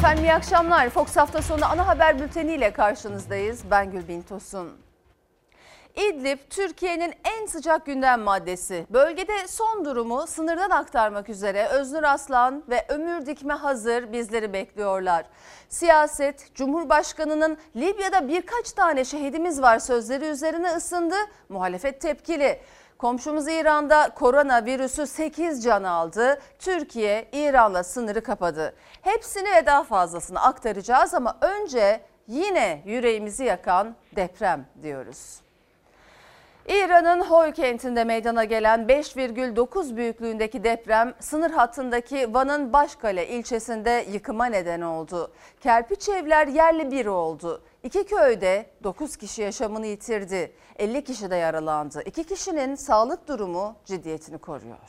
Efendim iyi akşamlar. Fox hafta sonu ana haber bülteniyle karşınızdayız. Ben Gülbin Tosun. İdlib, Türkiye'nin en sıcak gündem maddesi. Bölgede son durumu sınırdan aktarmak üzere Öznur Aslan ve Ömür Dikme hazır bizleri bekliyorlar. Siyaset, Cumhurbaşkanı'nın Libya'da birkaç tane şehidimiz var sözleri üzerine ısındı. Muhalefet tepkili. Komşumuz İran'da koronavirüsü 8 can aldı. Türkiye İran'la sınırı kapadı. Hepsini ve daha fazlasını aktaracağız ama önce yine yüreğimizi yakan deprem diyoruz. İran'ın Hoy kentinde meydana gelen 5,9 büyüklüğündeki deprem sınır hattındaki Van'ın Başkale ilçesinde yıkıma neden oldu. Kerpiç evler yerle bir oldu. 2 köyde 9 kişi yaşamını yitirdi. 50 kişi de yaralandı. 2 kişinin sağlık durumu ciddiyetini koruyor.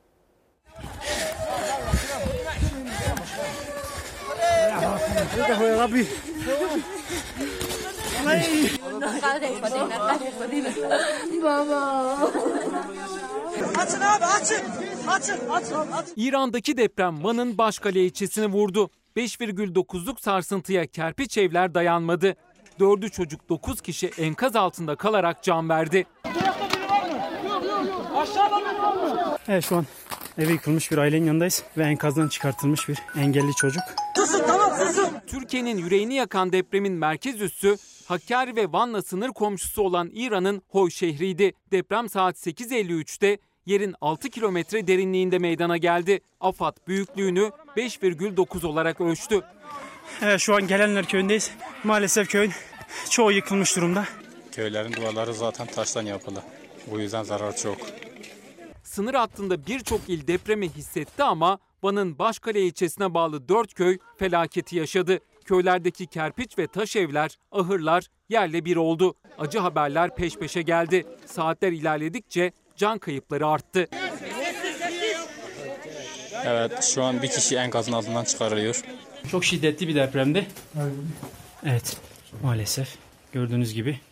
Açın abi açın. Açın. İran'daki deprem Van'ın Başkale ilçesini vurdu. 5,9'luk sarsıntıya kerpiç evler dayanmadı. 4'ü çocuk 9 kişi enkaz altında kalarak can verdi. Evet şu an eve yıkılmış bir ailenin yanındayız ve enkazdan çıkartılmış bir engelli çocuk. Türkiye'nin yüreğini yakan depremin merkez üssü Hakkari ve Van'la sınır komşusu olan İran'ın Hoy şehriydi. Deprem saat 8.53'te yerin 6 kilometre derinliğinde meydana geldi. AFAD büyüklüğünü 5,9 olarak ölçtü. Evet şu an Gelenler köyündeyiz. Maalesef köyün çoğu yıkılmış durumda. Köylerin duvarları zaten taştan yapılı. Bu yüzden zarar çok. Sınır hattında birçok il depremi hissetti ama Van'ın Başkale ilçesine bağlı 4 köy felaketi yaşadı. Köylerdeki kerpiç ve taş evler, ahırlar yerle bir oldu. Acı haberler peş peşe geldi. Saatler ilerledikçe can kayıpları arttı. Evet şu an bir kişi enkazın altından çıkarılıyor. Çok şiddetli bir depremdi. Evet maalesef gördüğünüz gibi.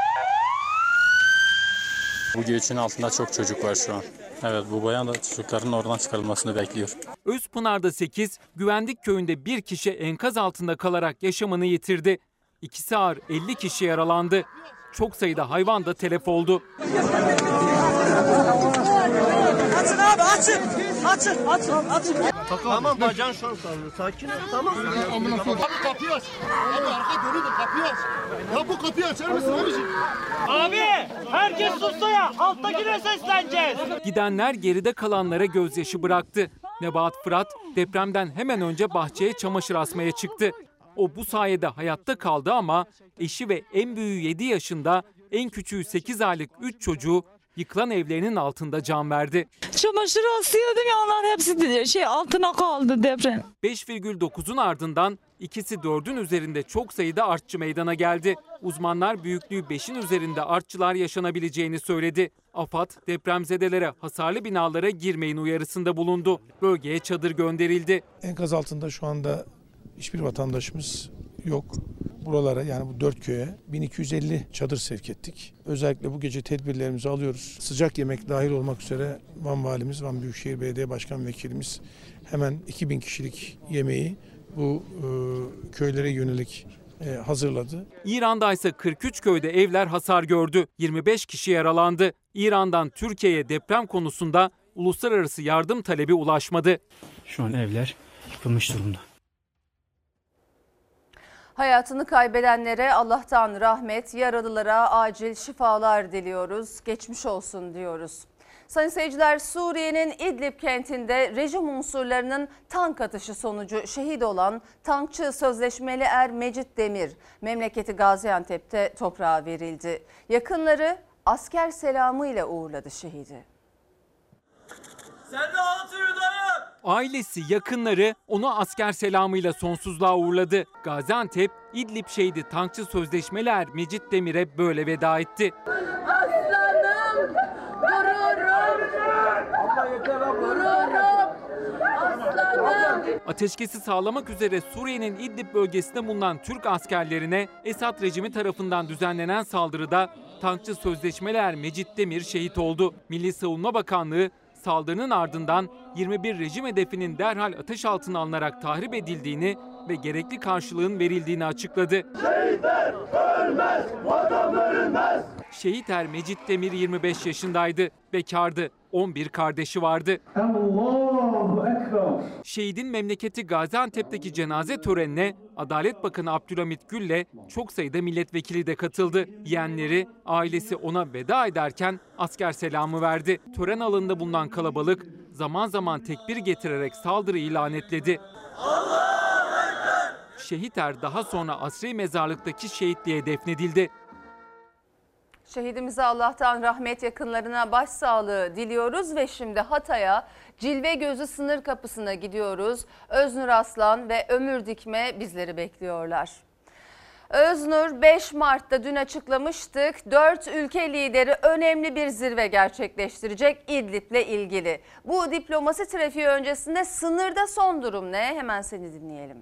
Bu göçün altında çok çocuk var şu an. Evet bu bayan da çocukların oradan çıkarılmasını bekliyor. Özpınar'da 8, Güvendik köyünde bir kişi enkaz altında kalarak yaşamını yitirdi. İkisi ağır 50 kişi yaralandı. Çok sayıda hayvan da telef oldu. Açın abi açın. Açın. Tamam bacağın şu an sağlıyor. Sakin ol tamam. Abi kapıyı aç. Abi arka dönüyor kapıyı aç. Ya bu kapıyı açar mısın abiciğim? Abi herkes sussa ya. Alttakine sesleneceğiz. Gidenler geride kalanlara gözyaşı bıraktı. Nebahat Fırat depremden hemen önce bahçeye çamaşır asmaya çıktı. O bu sayede hayatta kaldı ama eşi ve en büyüğü 7 yaşında, en küçüğü 8 aylık 3 çocuğu yıkılan evlerinin altında can verdi. Çamaşır asıyordum ya onların hepsi altına kaldı deprem. 5,9'un ardından ikisi 4'ün üzerinde çok sayıda artçı meydana geldi. Uzmanlar büyüklüğü 5'in üzerinde artçılar yaşanabileceğini söyledi. AFAD depremzedelere hasarlı binalara girmeyin uyarısında bulundu. Bölgeye çadır gönderildi. Enkaz altında şu anda hiçbir vatandaşımız yok. Buralara yani bu 4 köye 1250 çadır sevk ettik. Özellikle bu gece tedbirlerimizi alıyoruz. Sıcak yemek dahil olmak üzere Van Valimiz, Van Büyükşehir Belediye Başkan Vekilimiz hemen 2000 kişilik yemeği bu köylere yönelik hazırladı. İran'da ise 43 köyde evler hasar gördü. 25 kişi yaralandı. İran'dan Türkiye'ye deprem konusunda uluslararası yardım talebi ulaşmadı. Şu an evler yıkılmış durumda. Hayatını kaybedenlere Allah'tan rahmet, yaralılara acil şifalar diliyoruz. Geçmiş olsun diyoruz. Sayın seyirciler, Suriye'nin İdlib kentinde rejim unsurlarının tank atışı sonucu şehit olan tankçı sözleşmeli er Mecit Demir memleketi Gaziantep'te toprağa verildi. Yakınları asker selamıyla uğurladı şehidi. Sen rahat yürü dayı. Ailesi, yakınları onu asker selamıyla sonsuzluğa uğurladı. Gaziantep, İdlib şehidi tankçı sözleşmeli er Mecit Demir'e böyle veda etti. Aslanım, gururum, aslanım. Ateşkesi sağlamak üzere Suriye'nin İdlib bölgesinde bulunan Türk askerlerine Esad rejimi tarafından düzenlenen saldırıda tankçı sözleşmeli er Mecit Demir şehit oldu. Milli Savunma Bakanlığı Saldırının ardından 21 rejim hedefinin derhal ateş altına alınarak tahrip edildiğini ve gerekli karşılığın verildiğini açıkladı. Şehitler ölmez, vatan bölünmez. Şehit er Mecit Demir 25 yaşındaydı, bekardı, 11 kardeşi vardı. Allahu Ekber. Şehidin memleketi Gaziantep'teki cenaze törenine Adalet Bakanı Abdülhamit Gül'le çok sayıda milletvekili de katıldı. Yeğenleri, ailesi ona veda ederken asker selamı verdi. Tören alanında bulunan kalabalık zaman zaman tekbir getirerek saldırıyı lanetledi. Şehit er daha sonra Asri Mezarlık'taki şehitliğe defnedildi. Şehidimize Allah'tan rahmet, yakınlarına başsağlığı diliyoruz ve şimdi Hatay'a Cilve Gözü sınır kapısına gidiyoruz. Öznur Aslan ve Ömür Dikme bizleri bekliyorlar. Öznur, 5 Mart'ta dün açıklamıştık. 4 ülke lideri önemli bir zirve gerçekleştirecek İdlib'le ilgili. Bu diplomasi trafiği öncesinde sınırda son durum ne? Hemen seni dinleyelim.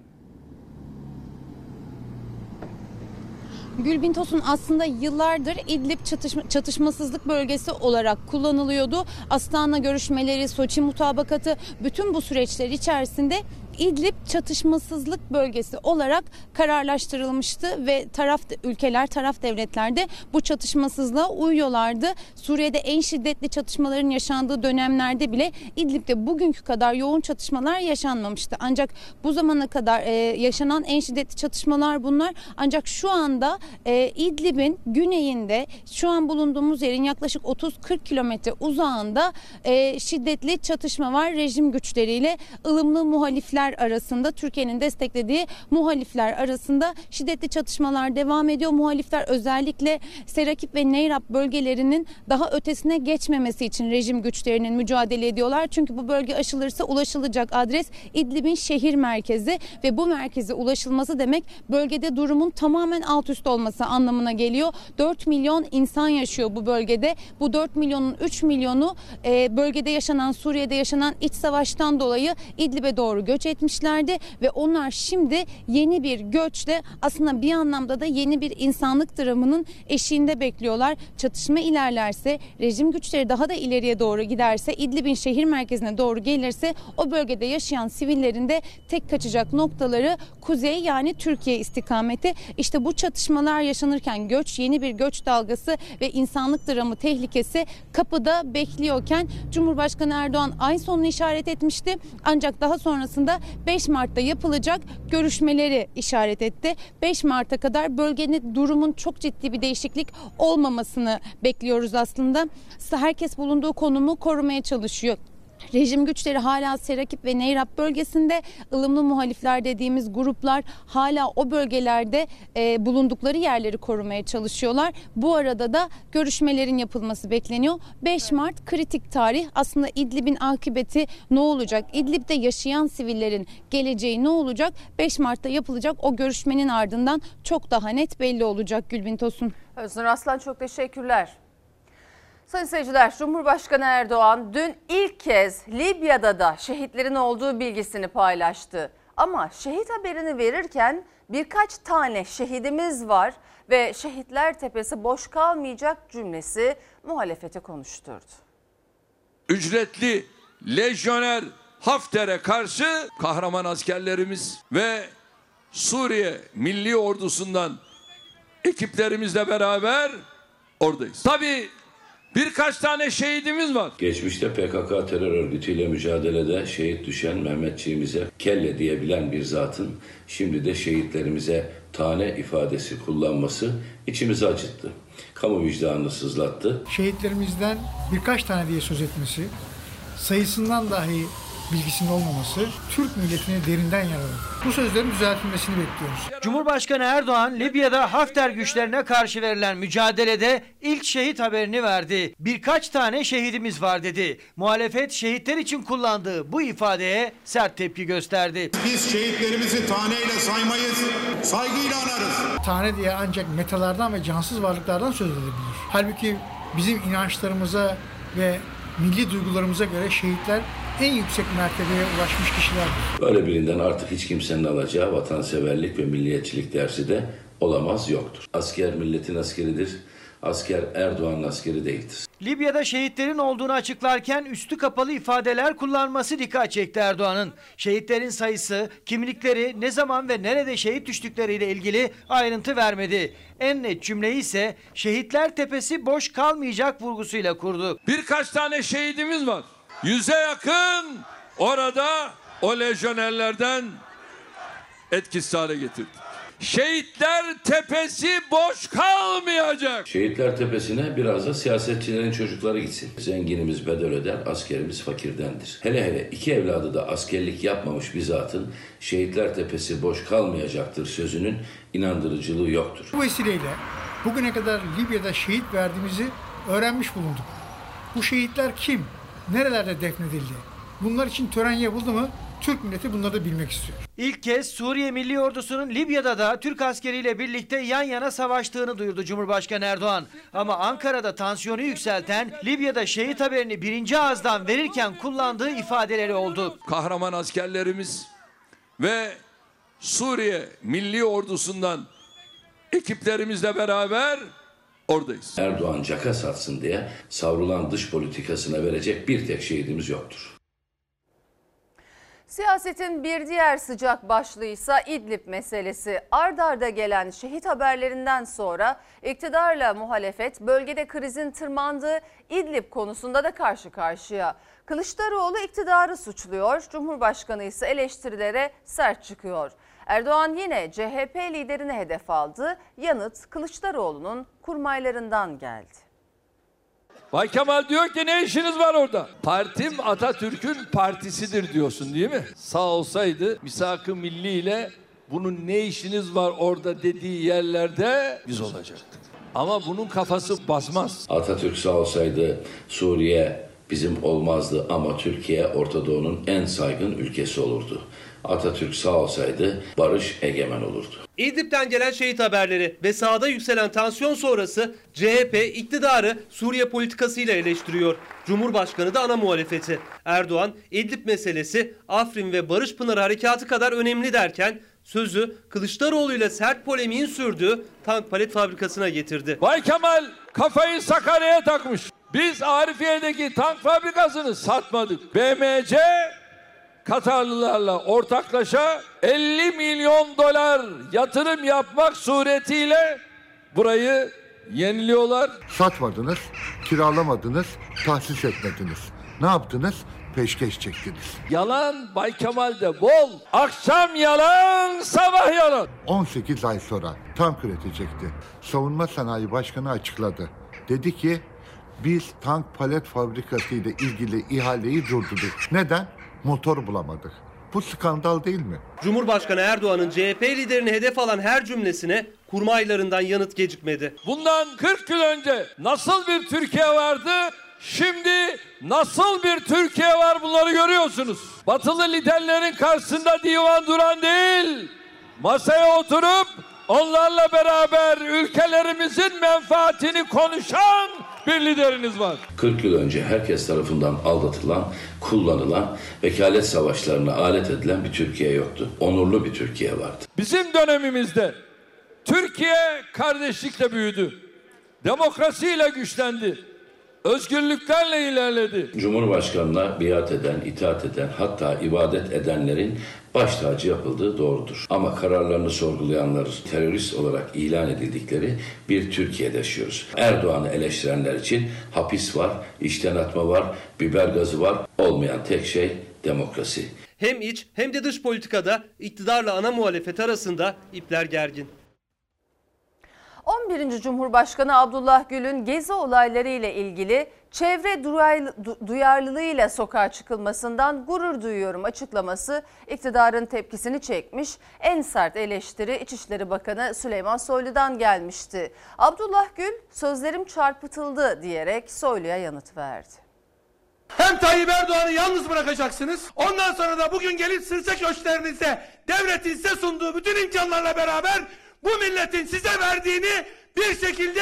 Gülbin Tosun, aslında yıllardır İdlib çatışmasızlık bölgesi olarak kullanılıyordu. Astana görüşmeleri, Soçi mutabakatı, bütün bu süreçler içerisinde İdlib çatışmasızlık bölgesi olarak kararlaştırılmıştı ve ülkeler, taraf devletler de bu çatışmasızlığa uyuyorlardı. Suriye'de en şiddetli çatışmaların yaşandığı dönemlerde bile İdlib'de bugünkü kadar yoğun çatışmalar yaşanmamıştı. Ancak bu zamana kadar yaşanan en şiddetli çatışmalar bunlar. Ancak şu anda İdlib'in güneyinde, şu an bulunduğumuz yerin yaklaşık 30-40 kilometre uzağında şiddetli çatışma var. Rejim güçleriyle ılımlı muhalifler arasında, Türkiye'nin desteklediği muhalifler arasında şiddetli çatışmalar devam ediyor. Muhalifler özellikle Serakip ve Neyrap bölgelerinin daha ötesine geçmemesi için rejim güçlerinin mücadele ediyorlar. Çünkü bu bölge aşılırsa ulaşılacak adres İdlib'in şehir merkezi ve bu merkeze ulaşılması demek bölgede durumun tamamen alt üst olması anlamına geliyor. 4 milyon insan yaşıyor bu bölgede. Bu 4 milyonun 3 milyonu bölgede yaşanan, Suriye'de yaşanan iç savaştan dolayı İdlib'e doğru göç etmişlerdi ve onlar şimdi yeni bir göçle, aslında bir anlamda da yeni bir insanlık dramının eşiğinde bekliyorlar. Çatışma ilerlerse, rejim güçleri daha da ileriye doğru giderse, İdlib'in şehir merkezine doğru gelirse o bölgede yaşayan sivillerin de tek kaçacak noktaları kuzey, yani Türkiye istikameti. İşte bu çatışmalar yaşanırken yeni bir göç dalgası ve insanlık dramı tehlikesi kapıda bekliyorken Cumhurbaşkanı Erdoğan ay sonunu işaret etmişti. Ancak daha sonrasında 5 Mart'ta yapılacak görüşmeleri işaret etti. 5 Mart'a kadar bölgenin durumun çok ciddi bir değişiklik olmamasını bekliyoruz aslında. Herkes bulunduğu konumu korumaya çalışıyor. Rejim güçleri hala Serakip ve Neyrap bölgesinde, ılımlı muhalifler dediğimiz gruplar hala o bölgelerde bulundukları yerleri korumaya çalışıyorlar. Bu arada da görüşmelerin yapılması bekleniyor. 5 Mart kritik tarih. Aslında İdlib'in akıbeti ne olacak? İdlib'de yaşayan sivillerin geleceği ne olacak? 5 Mart'ta yapılacak o görüşmenin ardından çok daha net belli olacak Gülbin Tosun. Öznur Aslan, çok teşekkürler. Sayın seyirciler, Cumhurbaşkanı Erdoğan dün ilk kez Libya'da da şehitlerin olduğu bilgisini paylaştı. Ama şehit haberini verirken birkaç tane şehidimiz var ve şehitler tepesi boş kalmayacak cümlesi muhalefeti konuşturdu. Ücretli lejyoner Hafter'e karşı kahraman askerlerimiz ve Suriye Milli Ordusu'ndan ekiplerimizle beraber oradayız. Tabii birkaç tane şehidimiz var. Geçmişte PKK terör örgütüyle mücadelede şehit düşen Mehmetçiğimize kelle diyebilen bir zatın şimdi de şehitlerimize tane ifadesi kullanması içimizi acıttı. Kamu vicdanını sızlattı. Şehitlerimizden birkaç tane diye söz etmesi, sayısından dahi bilgisinin olmaması Türk milletini derinden yaraladı. Bu sözlerin düzeltilmesini bekliyoruz. Cumhurbaşkanı Erdoğan, Libya'da Hafter güçlerine karşı verilen mücadelede ilk şehit haberini verdi. Birkaç tane şehidimiz var dedi. Muhalefet şehitler için kullandığı bu ifadeye sert tepki gösterdi. Biz şehitlerimizi taneyle saymayız, saygıyla anarız. Tane diye ancak metalardan ve cansız varlıklardan söz edilebilir. Halbuki bizim inançlarımıza ve milli duygularımıza göre şehitler en yüksek mertebeye ulaşmış kişilerdir. Böyle birinden artık hiç kimsenin alacağı vatanseverlik ve milliyetçilik dersi de olamaz, yoktur. Asker milletin askeridir. Asker Erdoğan'ın askeri değildir. Libya'da şehitlerin olduğunu açıklarken üstü kapalı ifadeler kullanması dikkat çekti Erdoğan'ın. Şehitlerin sayısı, kimlikleri, ne zaman ve nerede şehit düştükleriyle ilgili ayrıntı vermedi. En net cümleyi ise şehitler tepesi boş kalmayacak vurgusuyla kurdu. Birkaç tane şehidimiz var. 100'e yakın orada o lejyonerlerden etkisiz hale getirdik. Şehitler tepesi boş kalmayacak. Şehitler tepesine biraz da siyasetçilerin çocukları gitsin. Zenginimiz bedel öder, askerimiz fakirdendir. Hele hele 2 evladı da askerlik yapmamış bir zatın şehitler tepesi boş kalmayacaktır sözünün inandırıcılığı yoktur. Bu vesileyle bugüne kadar Libya'da şehit verdiğimizi öğrenmiş bulunduk. Bu şehitler kim? Nerelerde defnedildi? Bunlar için tören yapıldı mı? Türk milleti bunları da bilmek istiyor. İlk kez Suriye Milli Ordusu'nun Libya'da da Türk askeriyle birlikte yan yana savaştığını duyurdu Cumhurbaşkanı Erdoğan. Ama Ankara'da tansiyonu yükselten Libya'da şehit haberini birinci ağızdan verirken kullandığı ifadeleri oldu. Kahraman askerlerimiz ve Suriye Milli Ordusu'ndan ekiplerimizle beraber oradayız. Erdoğan caka satsın diye savrulan dış politikasına verecek bir tek şehidimiz yoktur. Siyasetin bir diğer sıcak başlığıysa İdlib meselesi. Ard arda gelen şehit haberlerinden sonra iktidarla muhalefet bölgede krizin tırmandığı İdlib konusunda da karşı karşıya. Kılıçdaroğlu iktidarı suçluyor, Cumhurbaşkanı ise eleştirilere sert çıkıyor. Erdoğan yine CHP liderini hedef aldı. Yanıt Kılıçdaroğlu'nun kurmaylarından geldi. Bay Kemal diyor ki ne işiniz var orada? Partim Atatürk'ün partisidir diyorsun değil mi? Sağ olsaydı misak-ı milli ile bunun ne işiniz var orada dediği yerlerde biz olacaktık. Ama bunun kafası basmaz. Atatürk sağ olsaydı Suriye bizim olmazdı ama Türkiye Orta Doğu'nun en saygın ülkesi olurdu. Atatürk sağ olsaydı barış egemen olurdu. İdlib'den gelen şehit haberleri ve sahada yükselen tansiyon sonrası CHP iktidarı Suriye politikasıyla eleştiriyor. Cumhurbaşkanı da ana muhalefeti. Erdoğan İdlib meselesi Afrin ve Barış Pınarı harekatı kadar önemli derken sözü Kılıçdaroğlu ile sert polemiğin sürdüğü tank palet fabrikasına getirdi. Bay Kemal kafayı Sakarya'ya takmış. Biz Arifiye'deki tank fabrikasını satmadık. BMC Katarlılarla ortaklaşa 50 milyon dolar yatırım yapmak suretiyle burayı yeniliyorlar. Satmadınız, kiralamadınız, tahsis etmediniz. Ne yaptınız? Peşkeş çektiniz. Yalan Bay Kemal'de bol. Akşam yalan, sabah yalan. 18 ay sonra tank üretecekti. Savunma Sanayi Başkanı açıkladı. Dedi ki biz tank palet fabrikası ile ilgili ihaleyi durdurduk. Neden? Motor bulamadık. Bu skandal değil mi? Cumhurbaşkanı Erdoğan'ın CHP liderini hedef alan her cümlesine kurmaylarından yanıt gecikmedi. Bundan 40 yıl önce nasıl bir Türkiye vardı? Şimdi nasıl bir Türkiye var bunları görüyorsunuz. Batılı liderlerin karşısında divan duran değil, masaya oturup onlarla beraber ülkelerimizin menfaatini konuşan bir lideriniz var. 40 yıl önce herkes tarafından aldatılan, kullanılan, vekalet savaşlarına alet edilen bir Türkiye yoktu. Onurlu bir Türkiye vardı. Bizim dönemimizde Türkiye kardeşlikle büyüdü. Demokrasiyle güçlendi. Özgürlüklerle ilerledi. Cumhurbaşkanına biat eden, itaat eden, hatta ibadet edenlerin baş tacı yapıldığı doğrudur. Ama kararlarını sorgulayanlar terörist olarak ilan edildikleri bir Türkiye'de yaşıyoruz. Erdoğan'ı eleştirenler için hapis var, içten atma var, biber gazı var. Olmayan tek şey demokrasi. Hem iç hem de dış politikada iktidarla ana muhalefet arasında ipler gergin. 11. Cumhurbaşkanı Abdullah Gül'ün gezi olayları ile ilgili çevre duyarlılığıyla sokağa çıkılmasından gurur duyuyorum açıklaması iktidarın tepkisini çekmiş. En sert eleştiri İçişleri Bakanı Süleyman Soylu'dan gelmişti. Abdullah Gül sözlerim çarpıtıldı diyerek Soylu'ya yanıt verdi. Hem Tayyip Erdoğan'ı yalnız bırakacaksınız. Ondan sonra da bugün gelip sırça köşklerinize devletin size sunduğu bütün imkanlarla beraber bu milletin size verdiğini bir şekilde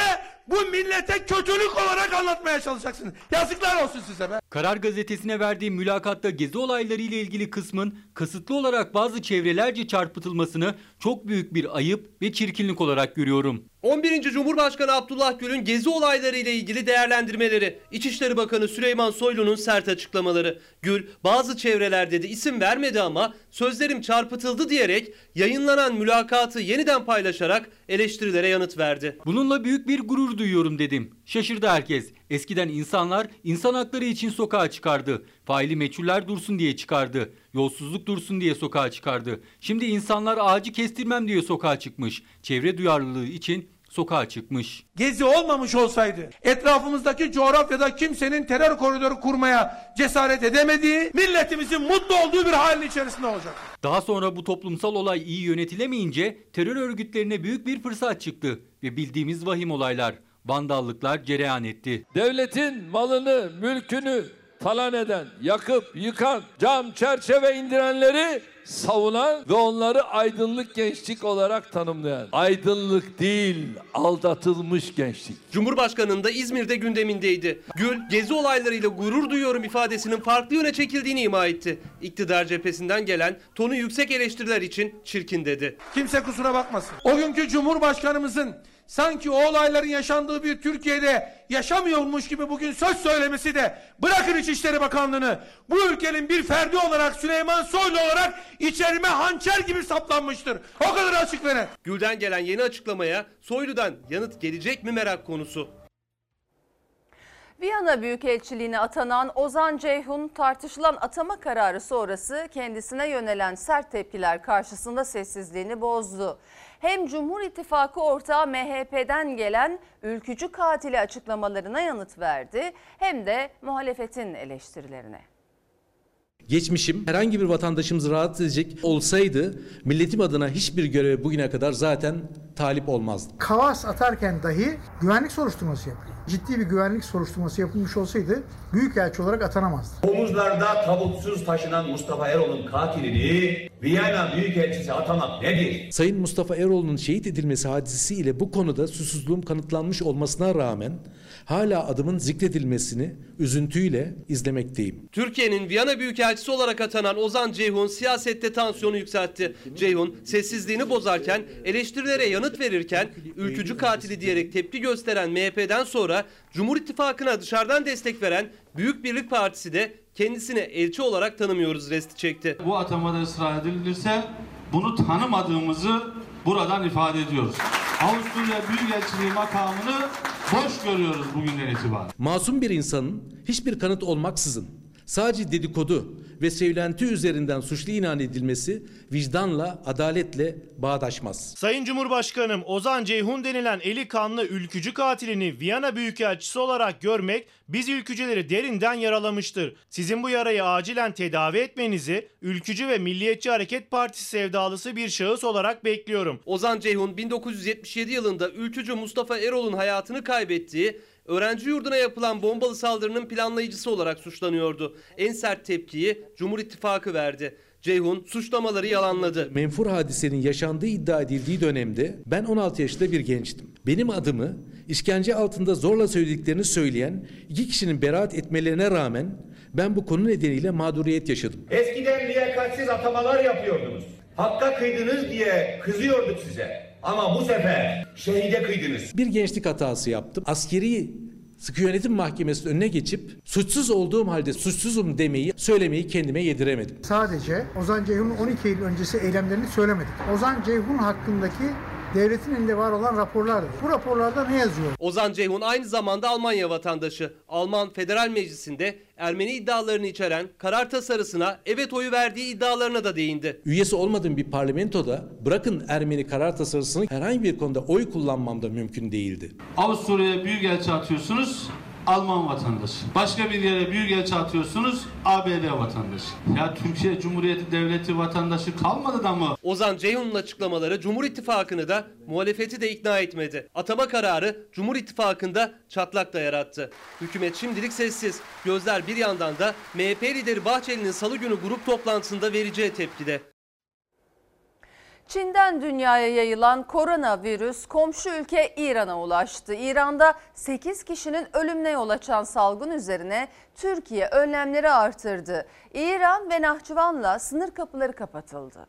bu millete kötülük olarak anlatmaya çalışacaksınız. Yazıklar olsun size be. Karar Gazetesi'ne verdiği mülakatta gezi olayları ile ilgili kısmın kasıtlı olarak bazı çevrelerce çarpıtılmasını çok büyük bir ayıp ve çirkinlik olarak görüyorum. 11. Cumhurbaşkanı Abdullah Gül'ün gezi olayları ile ilgili değerlendirmeleri, İçişleri Bakanı Süleyman Soylu'nun sert açıklamaları. Gül bazı çevreler dedi, isim vermedi ama sözlerim çarpıtıldı diyerek yayınlanan mülakatı yeniden paylaşarak eleştirilere yanıt verdi. Bununla büyük bir gurur duyuyorum dedim. Şaşırdı herkes. Eskiden insanlar insan hakları için sokağa çıkardı. Faili meçhuller dursun diye çıkardı. Yolsuzluk dursun diye sokağa çıkardı. Şimdi insanlar ağacı kestirmem diye sokağa çıkmış. Çevre duyarlılığı için sokağa çıkmış. Gezi olmamış olsaydı etrafımızdaki coğrafyada kimsenin terör koridoru kurmaya cesaret edemediği, milletimizin mutlu olduğu bir halin içerisinde olacak. Daha sonra bu toplumsal olay iyi yönetilemeyince terör örgütlerine büyük bir fırsat çıktı ve bildiğimiz vahim olaylar, vandallıklar cereyan etti. Devletin malını, mülkünü talan eden, yakıp yıkan, cam çerçeve indirenleri savunan ve onları aydınlık gençlik olarak tanımlayan. Aydınlık değil, aldatılmış gençlik. Cumhurbaşkanı'nın da İzmir'de gündemindeydi. Gül, gezi olaylarıyla gurur duyuyorum ifadesinin farklı yöne çekildiğini ima etti. İktidar cephesinden gelen tonu yüksek eleştiriler için çirkin dedi. Kimse kusura bakmasın. O günkü Cumhurbaşkanımızın sanki o olayların yaşandığı bir Türkiye'de yaşamıyormuş gibi bugün söz söylemesi de, bırakın İçişleri Bakanlığı'nı, bu ülkenin bir ferdi olarak, Süleyman Soylu olarak içerime hançer gibi saplanmıştır. O kadar açık ve net. Gül'den gelen yeni açıklamaya Soylu'dan yanıt gelecek mi merak konusu. Viyana Büyükelçiliğine atanan Ozan Ceyhun tartışılan atama kararı sonrası kendisine yönelen sert tepkiler karşısında sessizliğini bozdu. Hem Cumhur İttifakı ortağı MHP'den gelen ülkücü katili açıklamalarına yanıt verdi hem de muhalefetin eleştirilerine. Geçmişim herhangi bir vatandaşımızı rahatsız edecek olsaydı milletim adına hiçbir göreve bugüne kadar zaten talip olmazdım. Kavas atarken dahi güvenlik soruşturması yapılıyor. Ciddi bir güvenlik soruşturması yapılmış olsaydı büyükelçi olarak atanamazdı. Omuzlarda tabutsuz taşınan Mustafa Eroğlu'nun katilini Viyana Büyükelçisi atamak nedir? Sayın Mustafa Eroğlu'nun şehit edilmesi hadisesiyle bu konuda susuzluğum kanıtlanmış olmasına rağmen hala adımın zikredilmesini üzüntüyle izlemekteyim. Türkiye'nin Viyana Büyükelçisi olarak atanan Ozan Ceyhun siyasette tansiyonu yükseltti. Ceyhun sessizliğini bozarken, eleştirilere yanıt verirken, ülkücü katili diyerek tepki gösteren MHP'den sonra Cumhur İttifakı'na dışarıdan destek veren Büyük Birlik Partisi de kendisini elçi olarak tanımıyoruz resti çekti. Bu atamada ısrar edilirse bunu tanımadığımızı buradan ifade ediyoruz. Avusturya Büyükelçiliği makamını boş görüyoruz bugünden itibaren. Masum bir insanın hiçbir kanıt olmaksızın sadece dedikodu ve söylenti üzerinden suçlu ilan edilmesi vicdanla, adaletle bağdaşmaz. Sayın Cumhurbaşkanım, Ozan Ceyhun denilen eli kanlı ülkücü katilini Viyana Büyükelçisi olarak görmek biz ülkücüleri derinden yaralamıştır. Sizin bu yarayı acilen tedavi etmenizi ülkücü ve Milliyetçi Hareket Partisi sevdalısı bir şahıs olarak bekliyorum. Ozan Ceyhun 1977 yılında ülkücü Mustafa Eroğlu'nun hayatını kaybettiği öğrenci yurduna yapılan bombalı saldırının planlayıcısı olarak suçlanıyordu. En sert tepkiyi Cumhur İttifakı verdi. Ceyhun suçlamaları yalanladı. Menfur hadisenin yaşandığı iddia edildiği dönemde ben 16 yaşında bir gençtim. Benim adımı işkence altında zorla söylediklerini söyleyen iki kişinin beraat etmelerine rağmen ben bu konu nedeniyle mağduriyet yaşadım. Eskiden liyakatsiz atamalar yapıyordunuz. Hakka kıydınız diye kızıyorduk size. Ama bu sefer şehide kıydınız. Bir gençlik hatası yaptım. Askeri sıkı yönetim mahkemesinin önüne geçip suçsuz olduğum halde suçsuzum söylemeyi kendime yediremedim. Sadece Ozan Ceyhun'un 12 Eylül öncesi eylemlerini söylemedik. Ozan Ceyhun hakkındaki devletin elinde var olan raporlardır. Bu raporlarda ne yazıyor? Ozan Ceyhun aynı zamanda Almanya vatandaşı. Alman Federal Meclisi'nde Ermeni iddialarını içeren karar tasarısına evet oyu verdiği iddialarına da değindi. Üyesi olmadığım bir parlamentoda bırakın Ermeni karar tasarısını herhangi bir konuda oy kullanmam da mümkün değildi. Avusturya'ya büyükelçi atıyorsunuz, Alman vatandaşı. Başka bir yere büyükelçi atıyorsunuz, ABD vatandaşı. Ya Türkiye Cumhuriyeti Devleti vatandaşı kalmadı da mı? Ozan Ceyhun'un açıklamaları Cumhur İttifakı'nı da muhalefeti de ikna etmedi. Atama kararı Cumhur İttifakı'nda çatlak da yarattı. Hükümet şimdilik sessiz. Gözler bir yandan da MHP lideri Bahçeli'nin salı günü grup toplantısında vereceği tepkide. Çin'den dünyaya yayılan koronavirüs komşu ülke İran'a ulaştı. İran'da 8 kişinin ölümüne yol açan salgın üzerine Türkiye önlemleri artırdı. İran ve Nahçıvan'la sınır kapıları kapatıldı.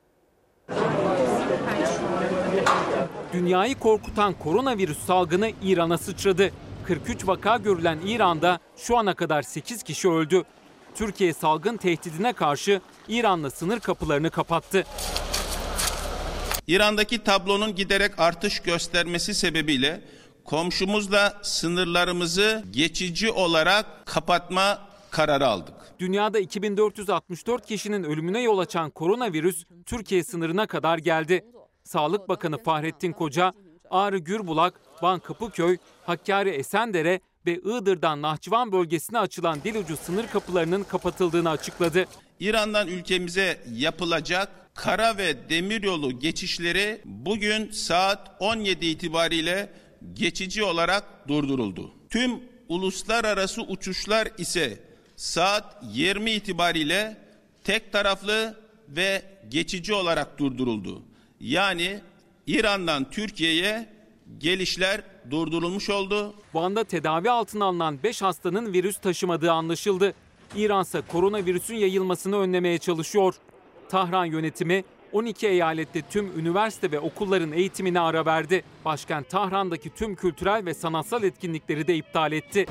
Dünyayı korkutan koronavirüs salgını İran'a sıçradı. 43 vaka görülen İran'da şu ana kadar 8 kişi öldü. Türkiye salgın tehdidine karşı İran'la sınır kapılarını kapattı. İran'daki tablonun giderek artış göstermesi sebebiyle komşumuzla sınırlarımızı geçici olarak kapatma kararı aldık. Dünyada 2464 kişinin ölümüne yol açan koronavirüs Türkiye sınırına kadar geldi. Sağlık Bakanı Fahrettin Koca, Ağrı Gürbulak, Van Kapıköy, Hakkari Esendere ve Iğdır'dan Nahçıvan bölgesine açılan dilucu sınır kapılarının kapatıldığını açıkladı. İran'dan ülkemize yapılacak kara ve demiryolu geçişleri bugün saat 17 itibariyle geçici olarak durduruldu. Tüm uluslararası uçuşlar ise saat 20 itibariyle tek taraflı ve geçici olarak durduruldu. Yani İran'dan Türkiye'ye gelişler durdurulmuş oldu. Van'da tedavi altına alınan 5 hastanın virüs taşımadığı anlaşıldı. İran ise koronavirüsün yayılmasını önlemeye çalışıyor. Tahran yönetimi 12 eyalette tüm üniversite ve okulların eğitimine ara verdi. Başkent Tahran'daki tüm kültürel ve sanatsal etkinlikleri de iptal etti.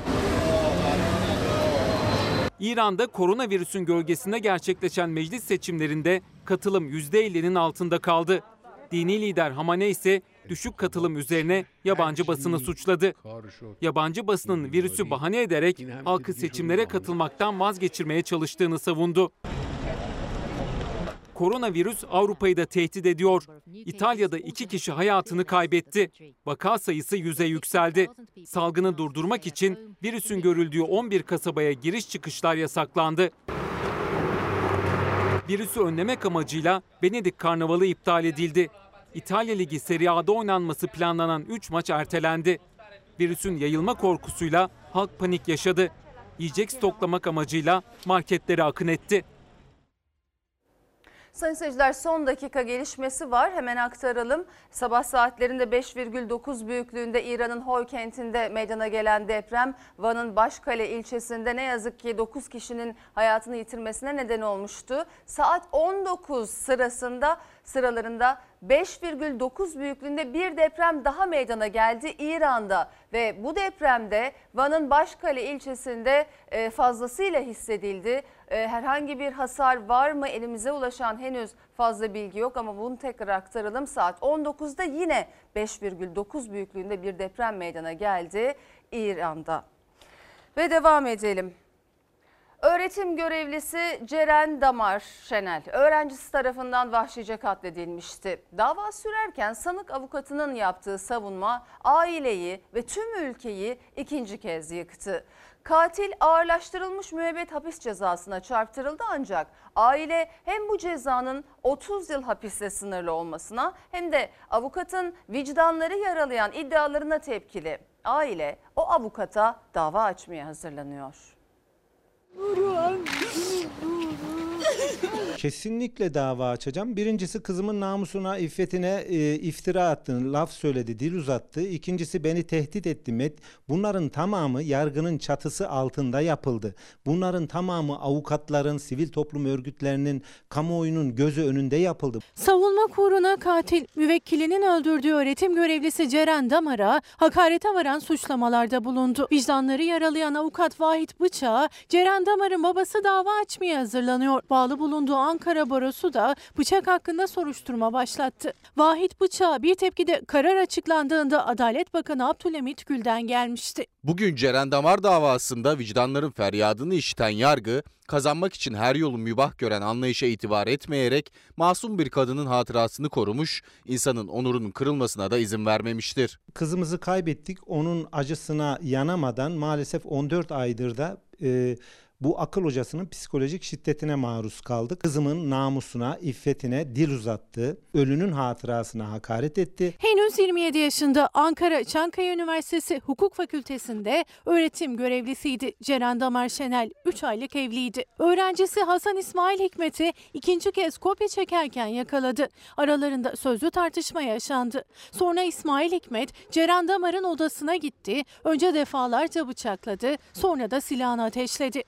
İran'da koronavirüsün gölgesinde gerçekleşen meclis seçimlerinde katılım %50'nin altında kaldı. Dini lider Hamaney ise düşük katılım üzerine yabancı basını suçladı. Yabancı basının virüsü bahane ederek halkı seçimlere katılmaktan vazgeçirmeye çalıştığını savundu. Koronavirüs Avrupa'yı da tehdit ediyor. İtalya'da 2 kişi hayatını kaybetti. Vaka sayısı 100'e yükseldi. Salgını durdurmak için virüsün görüldüğü 11 kasabaya giriş çıkışlar yasaklandı. Virüsü önlemek amacıyla Venedik Karnavalı iptal edildi. İtalya Ligi Serie A'da oynanması planlanan 3 maç ertelendi. Virüsün yayılma korkusuyla halk panik yaşadı. Yiyecek stoklamak amacıyla marketlere akın etti. Sayın seyirciler, son dakika gelişmesi var. Hemen aktaralım. Sabah saatlerinde 5,9 büyüklüğünde İran'ın Hoy kentinde meydana gelen deprem Van'ın Başkale ilçesinde ne yazık ki 9 kişinin hayatını yitirmesine neden olmuştu. Saat 19 sıralarında 5,9 büyüklüğünde bir deprem daha meydana geldi İran'da ve bu depremde Van'ın Başkale ilçesinde fazlasıyla hissedildi. Herhangi bir hasar var mı? Elimize ulaşan henüz fazla bilgi yok ama bunu tekrar aktaralım. Saat 19'da yine 5,9 büyüklüğünde bir deprem meydana geldi İran'da. Ve devam edelim. Öğretim görevlisi Ceren Damar Şenel öğrencisi tarafından vahşice katledilmişti. Dava sürerken sanık avukatının yaptığı savunma aileyi ve tüm ülkeyi ikinci kez yıktı. Katil ağırlaştırılmış müebbet hapis cezasına çarptırıldı ancak aile hem bu cezanın 30 yıl hapisle sınırlı olmasına hem de avukatın vicdanları yaralayan iddialarına tepkili. Aile o avukata dava açmaya hazırlanıyor. Kesinlikle dava açacağım. Birincisi kızımın namusuna, iffetine iftira attığını, laf söyledi, dil uzattı. İkincisi beni tehdit etti. Bunların tamamı yargının çatısı altında yapıldı. Bunların tamamı avukatların, sivil toplum örgütlerinin, kamuoyunun gözü önünde yapıldı. Savunma kuruluna katil müvekkilinin öldürdüğü öğretim görevlisi Ceren Damar'a hakarete varan suçlamalarda bulundu. Vicdanları yaralayan avukat Vahit Bıçak'a Ceren Damar'ın babası dava açmaya hazırlanıyor. Bağlı bulunduğu Ankara Barosu da Bıçak hakkında soruşturma başlattı. Vahit Bıçak'a bir tepkide karar açıklandığında Adalet Bakanı Abdülhamit Gül'den gelmişti. Bugün Ceren Damar davasında vicdanların feryadını işiten yargı, kazanmak için her yolu mübah gören anlayışa itibar etmeyerek masum bir kadının hatırasını korumuş, insanın onurunun kırılmasına da izin vermemiştir. Kızımızı kaybettik. Onun acısına yanamadan maalesef 14 aydır da Bu akıl hocasının psikolojik şiddetine maruz kaldı. Kızımın namusuna, iffetine dil uzattı. Ölünün hatırasına hakaret etti. Henüz 27 yaşında Ankara Çankaya Üniversitesi Hukuk Fakültesi'nde öğretim görevlisiydi. Ceren Damar Şenel 3 aylık evliydi. Öğrencisi Hasan İsmail Hikmet'i ikinci kez kopya çekerken yakaladı. Aralarında sözlü tartışma yaşandı. Sonra İsmail Hikmet Ceren Damar'ın odasına gitti. Önce defalarca bıçakladı. Sonra da silahını ateşledi.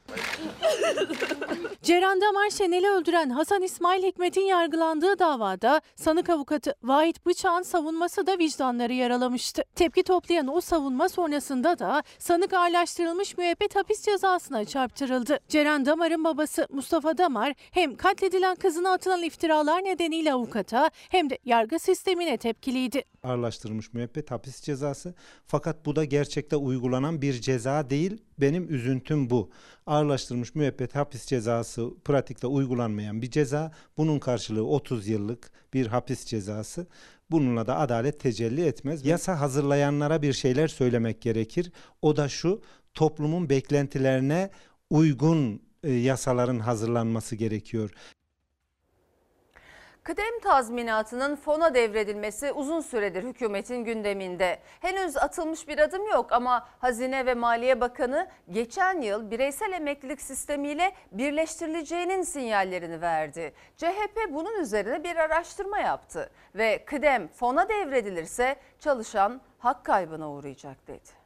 Ceren Damar Şenel'i öldüren Hasan İsmail Hikmet'in yargılandığı davada sanık avukatı Vahit Bıçak'ın savunması da vicdanları yaralamıştı. Tepki toplayan o savunma sonrasında da sanık ağırlaştırılmış müebbet hapis cezasına çarptırıldı. Ceren Damar'ın babası Mustafa Damar hem katledilen kızına atılan iftiralar nedeniyle avukata hem de yargı sistemine tepkiliydi. Ağırlaştırılmış müebbet hapis cezası, fakat bu da gerçekte uygulanan bir ceza değil. Benim üzüntüm bu. Ağırlaştırılmış müebbet hapis cezası pratikte uygulanmayan bir ceza. Bunun karşılığı 30 yıllık bir hapis cezası. Bununla da adalet tecelli etmez. Yasa hazırlayanlara bir şeyler söylemek gerekir. O da şu: toplumun beklentilerine uygun yasaların hazırlanması gerekiyor. Kıdem tazminatının fona devredilmesi uzun süredir hükümetin gündeminde. Henüz atılmış bir adım yok ama Hazine ve Maliye Bakanı geçen yıl bireysel emeklilik sistemiyle birleştirileceğinin sinyallerini verdi. CHP bunun üzerine bir araştırma yaptı ve kıdem fona devredilirse çalışan hak kaybına uğrayacak dedi.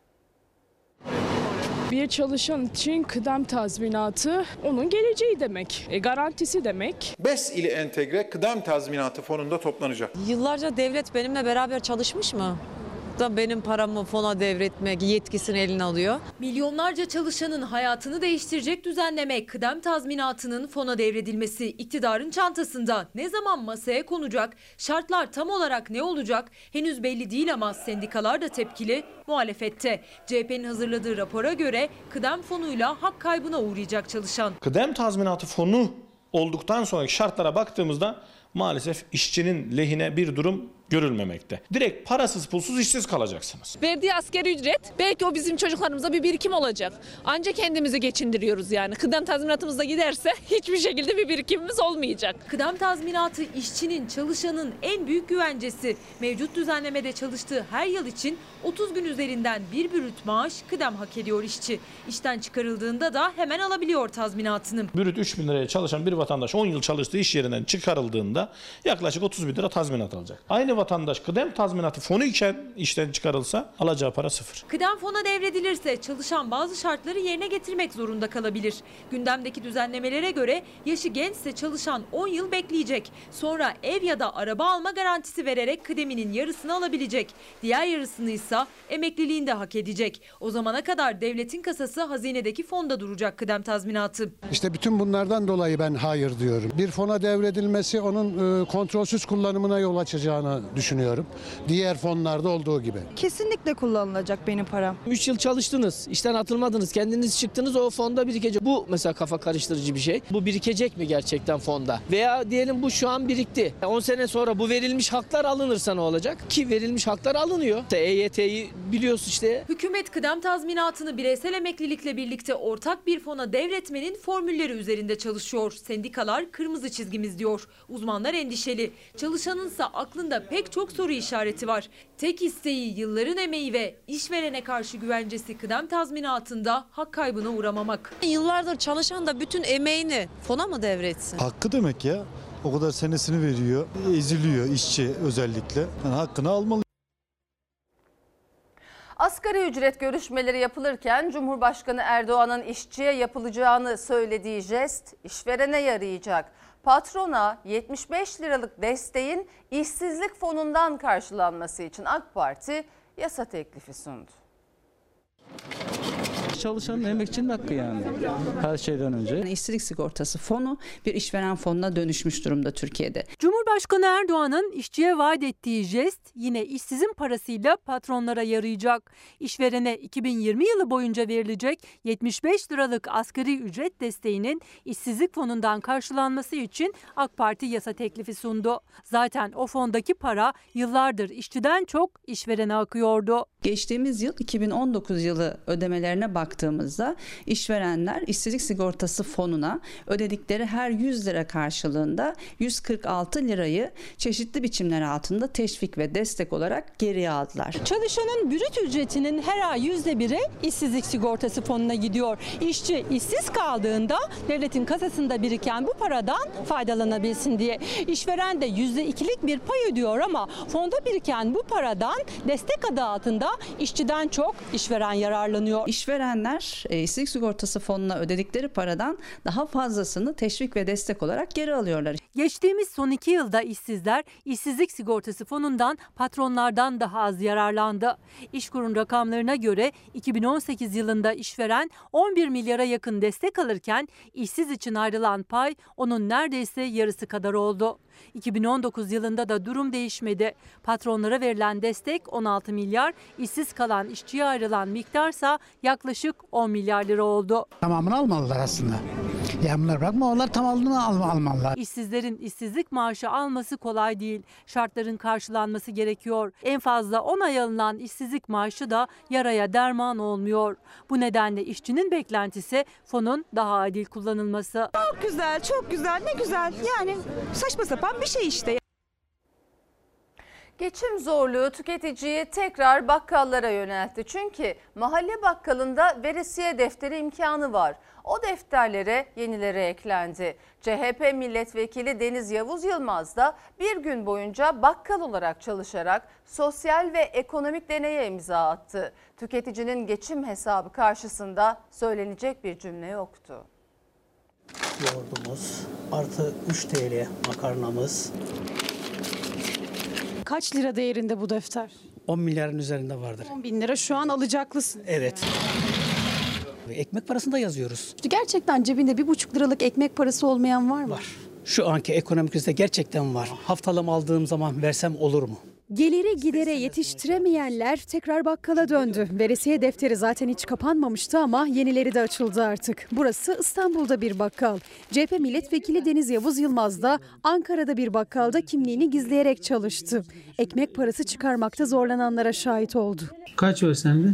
Bir çalışan için kıdem tazminatı onun geleceği demek, garantisi demek. BES ile entegre kıdem tazminatı fonunda toplanacak. Yıllarca devlet benimle beraber çalışmış mı? Da benim paramı fona devretmek yetkisini eline alıyor. Milyonlarca çalışanın hayatını değiştirecek düzenleme kıdem tazminatının fona devredilmesi iktidarın çantasında. Ne zaman masaya konacak, şartlar tam olarak ne olacak henüz belli değil ama sendikalar da tepkili, muhalefette. CHP'nin hazırladığı rapora göre kıdem fonuyla hak kaybına uğrayacak çalışan. Kıdem tazminatı fonu olduktan sonraki şartlara baktığımızda maalesef işçinin lehine bir durum görülmemekte. Direkt parasız pulsuz işsiz kalacaksınız. Verdiği asgari ücret belki o bizim çocuklarımıza bir birikim olacak. Ancak kendimizi geçindiriyoruz yani. Kıdem tazminatımız da giderse hiçbir şekilde bir birikimimiz olmayacak. Kıdem tazminatı işçinin, çalışanın en büyük güvencesi. Mevcut düzenlemede çalıştığı her yıl için 30 gün üzerinden bir brüt maaş kıdem hak ediyor işçi. İşten çıkarıldığında da hemen alabiliyor tazminatını. Brüt 3.000 liraya çalışan bir vatandaş 10 yıl çalıştığı iş yerinden çıkarıldığında yaklaşık 30 bin lira tazminat alacak. Aynı vatandaş kıdem tazminatı fonu iken işten çıkarılsa alacağı para sıfır. Kıdem fona devredilirse çalışan bazı şartları yerine getirmek zorunda kalabilir. Gündemdeki düzenlemelere göre yaşı gençse çalışan 10 yıl bekleyecek. Sonra ev ya da araba alma garantisi vererek kıdeminin yarısını alabilecek. Diğer yarısını ise emekliliğinde hak edecek. O zamana kadar devletin kasası hazinedeki fonda duracak kıdem tazminatı. İşte bütün bunlardan dolayı ben hayır diyorum. Bir fona devredilmesi onun kontrolsüz kullanımına yol açacağını düşünüyorum. Diğer fonlarda olduğu gibi. Kesinlikle kullanılacak benim param. 3 yıl çalıştınız, işten atılmadınız, kendiniz çıktınız, o fonda birikecek. Bu mesela kafa karıştırıcı bir şey. Bu birikecek mi gerçekten fonda? Veya diyelim bu şu an birikti. 10 sene sonra bu verilmiş haklar alınırsa ne olacak? Ki verilmiş haklar alınıyor. EYT'yi biliyorsun işte. Hükümet kıdem tazminatını bireysel emeklilikle birlikte ortak bir fona devretmenin formülleri üzerinde çalışıyor. Sendikalar kırmızı çizgimiz diyor. Uzmanlar endişeli. Çalışanınsa aklında pek çok soru işareti var. Tek isteği yılların emeği ve işverene karşı güvencesi kıdem tazminatında hak kaybına uğramamak. Yıllardır çalışan da bütün emeğini fona mı devretsin? Hakkı demek ya. O kadar senesini veriyor. Eziliyor işçi özellikle. Yani hakkını almalı. Asgari ücret görüşmeleri yapılırken Cumhurbaşkanı Erdoğan'ın işçiye yapılacağını söylediği jest işverene yarayacak. Patrona 75 liralık desteğin işsizlik fonundan karşılanması için AK Parti yasa teklifi sundu. Çalışanın, emekçinin hakkı yani her şeyden önce. İşsizlik sigortası fonu bir işveren fonuna dönüşmüş durumda Türkiye'de. Cumhurbaşkanı Erdoğan'ın işçiye vaat ettiği jest yine işsizin parasıyla patronlara yarayacak. İşverene 2020 yılı boyunca verilecek 75 liralık asgari ücret desteğinin işsizlik fonundan karşılanması için AK Parti yasa teklifi sundu. Zaten o fondaki para yıllardır işçiden çok işverene akıyordu. Geçtiğimiz yıl 2019 yılı ödemelerine baktığımızda işverenler işsizlik sigortası fonuna ödedikleri her 100 lira karşılığında 146 lirayı çeşitli biçimler altında teşvik ve destek olarak geriye aldılar. Çalışanın brüt ücretinin her ay %1'i işsizlik sigortası fonuna gidiyor. İşçi işsiz kaldığında devletin kasasında biriken bu paradan faydalanabilsin diye. İşveren de %2'lik bir pay ödüyor ama fonda biriken bu paradan destek adı altında işçiden çok işveren yararlanıyor. İşverenler işsizlik sigortası fonuna ödedikleri paradan daha fazlasını teşvik ve destek olarak geri alıyorlar. Geçtiğimiz son 2 yılda işsizler işsizlik sigortası fonundan patronlardan daha az yararlandı. İşkur'un rakamlarına göre 2018 yılında işveren 11 milyara yakın destek alırken işsiz için ayrılan pay onun neredeyse yarısı kadar oldu. 2019 yılında da durum değişmedi. Patronlara verilen destek 16 milyar, işsiz kalan işçiye ayrılan miktarsa yaklaşık 10 milyar lira oldu. Tamamını almalılar aslında. Ya bunlar bırakma, onlar tamamını almalılar. İşsizlerin işsizlik maaşı alması kolay değil. Şartların karşılanması gerekiyor. En fazla 10 ay alınan işsizlik maaşı da yaraya derman olmuyor. Bu nedenle işçinin beklentisi fonun daha adil kullanılması. Çok güzel, çok güzel, ne güzel. Yani saçma sapan bir şey işte. Geçim zorluğu tüketiciyi tekrar bakkallara yöneltti. Çünkü mahalle bakkalında veresiye defteri imkanı var. O defterlere yenileri eklendi. CHP milletvekili Deniz Yavuz Yılmaz da bir gün boyunca bakkal olarak çalışarak sosyal ve ekonomik deneye imza attı. Tüketicinin geçim hesabı karşısında söylenecek bir cümle yoktu. Yoğurdumuz, artı 3 TL makarnamız. Kaç lira değerinde bu defter? 10 milyarın üzerinde vardır. 10 bin lira şu an alacaklısın. Evet. Ekmek parasını da yazıyoruz. Gerçekten cebinde 1,5 liralık ekmek parası olmayan var mı? Var. Şu anki ekonomik krizde gerçekten var. Haftalığımı aldığım zaman versem olur mu? Geliri gidere yetiştiremeyenler tekrar bakkala döndü. Veresiye defteri zaten hiç kapanmamıştı ama yenileri de açıldı artık. Burası İstanbul'da bir bakkal. CHP milletvekili Deniz Yavuz Yılmaz da Ankara'da bir bakkalda kimliğini gizleyerek çalıştı. Ekmek parası çıkarmakta zorlananlara şahit oldu. Kaç var sende?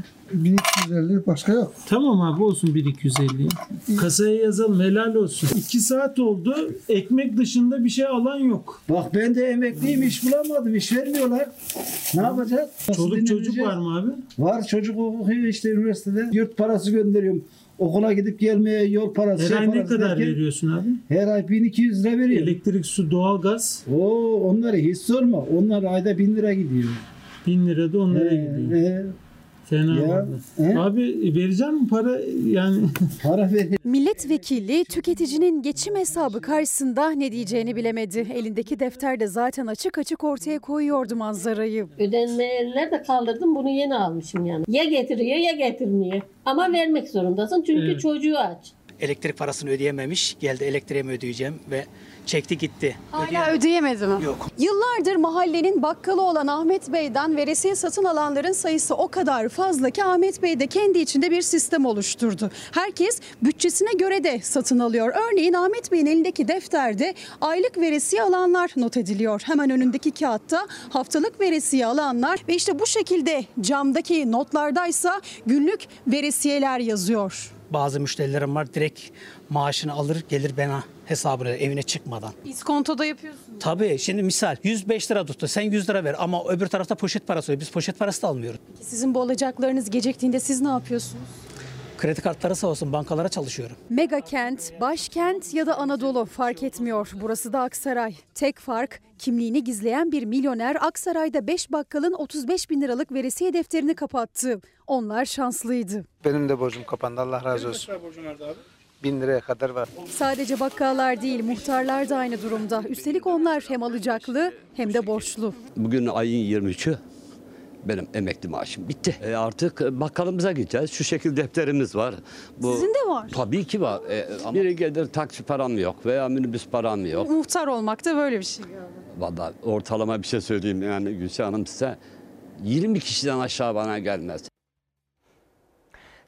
1250, başka yok. Tamam abi, olsun 1250. Kasaya yazalım, helal olsun. 2 saat oldu, ekmek dışında bir şey alan yok. Bak ben de emekliyim, iş bulamadım, iş vermiyorlar. Ne yapacağız? Çoluk çocuk var mı abi? Var, çocuk okuyor işte üniversitede. Yurt parası gönderiyorum. Okula gidip gelmeye yol parası. Her ay ne kadar veriyorsun abi? Her ay 1200 lira veriyorum. Elektrik, su, doğalgaz? Onları hiç sorma. Onlar ayda 1000 lira gidiyor. 1000 lira da onlara gidiyor. Fena ya, abi vereceğim mi para yani? Para ver. Milletvekili tüketicinin geçim hesabı karşısında ne diyeceğini bilemedi. Elindeki defterde zaten açık açık ortaya koyuyordu manzarayı. Ödenmeler de kaldırdım, bunu yeni almışım yani. Ya getiriyor ya getirmiyor. Ama vermek zorundasın çünkü çocuğu aç. Elektrik parasını ödeyememiş. Geldi elektriğimi ödeyeceğim ve çekti gitti. Hala ödeyemedi mi? Yok. Yıllardır mahallenin bakkalı olan Ahmet Bey'den veresiye satın alanların sayısı o kadar fazla ki Ahmet Bey de kendi içinde bir sistem oluşturdu. Herkes bütçesine göre de satın alıyor. Örneğin Ahmet Bey'in elindeki defterde aylık veresiye alanlar not ediliyor. Hemen önündeki kağıtta haftalık veresiye alanlar ve işte bu şekilde camdaki notlardaysa günlük veresiyeler yazıyor. Bazı müşterilerim var, direkt maaşını alır gelir bana hesabına evine çıkmadan. İskontoda yapıyorsun. Tabii, şimdi misal 105 lira tuttu, sen 100 lira ver ama öbür tarafta poşet parası oluyor. Biz poşet parası da almıyoruz. Sizin bu alacaklarınız geciktiğinde siz ne yapıyorsunuz? Kredi kartları sağ olsun, bankalara çalışıyorum. Mega kent, başkent ya da Anadolu fark etmiyor. Burası da Aksaray. Tek fark, kimliğini gizleyen bir milyoner Aksaray'da 5 bakkalın 35 bin liralık veresiye defterini kapattı. Onlar şanslıydı. Benim de borcum kapandı, Allah razı olsun. Kaç borcun vardı abi? 1000 liraya kadar var. Sadece bakkallar değil, muhtarlar da aynı durumda. Üstelik onlar hem alacaklı hem de borçlu. Bugün ayın 23'ü. Benim emekli maaşım bitti. Artık bakkalımıza gideceğiz. Şu şekilde defterimiz var. Sizin de var. Tabii ki var. Ama biri gelir taksi param yok veya minibüs param yok. Muhtar olmak da böyle bir şey galiba. Vallahi ortalama bir şey söyleyeyim yani Gülşah Hanım size. 20 kişiden aşağı bana gelmez.